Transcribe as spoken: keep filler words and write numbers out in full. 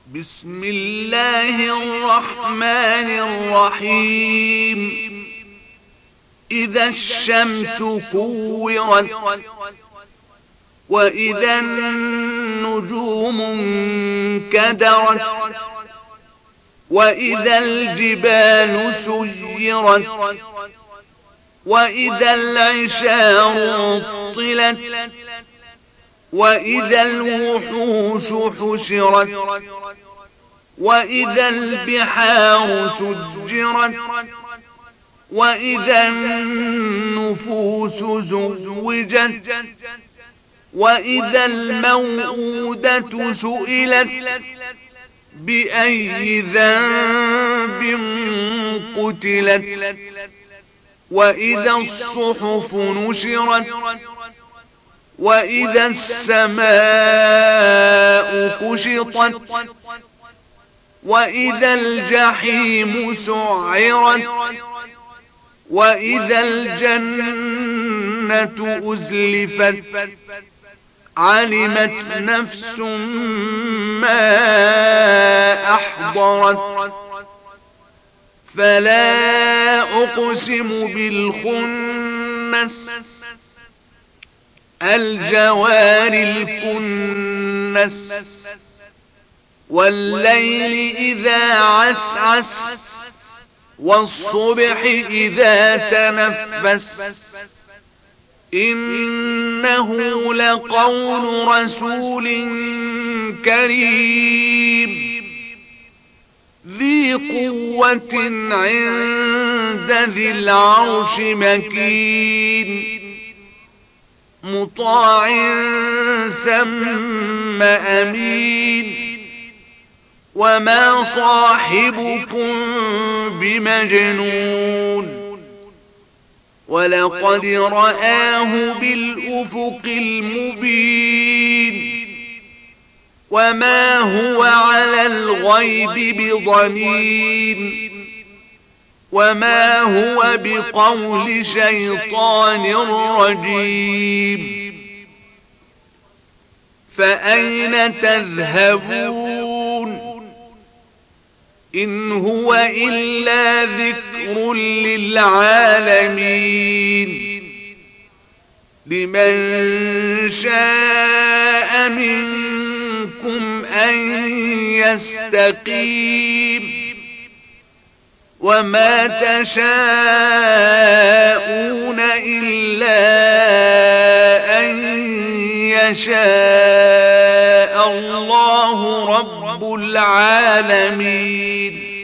بسم الله الرحمن الرحيم إذا الشمس كورت وإذا النجوم انكدرت وإذا الجبال سيرت وإذا العشار عطلت وإذا الوحوش حشرت وإذا البحار سجرت وإذا النفوس زوجت وإذا الموءودة سئلت بأي ذنب قتلت وإذا الصحف نشرت وإذا السماء كشطت وإذا الجحيم سعرت وإذا الجنة أزلفت علمت نفس ما أحضرت فلا أقسم بالخنس الجوار الكنس والليل إذا عسعس والصبح إذا تنفس إنه لقول رسول كريم ذي قوة عند ذي العرش مكين مطاع ثم أمين وما صاحبكم بمجنون ولقد رآه بالأفق المبين وما هو على الغيب بضنين وما هو بقول شيطان رجيم فأين تذهبون إن هو إلا ذكر للعالمين لمن شاء منكم أن يستقيم وما تشاءون إلا أن يشاء الله رب العالمين.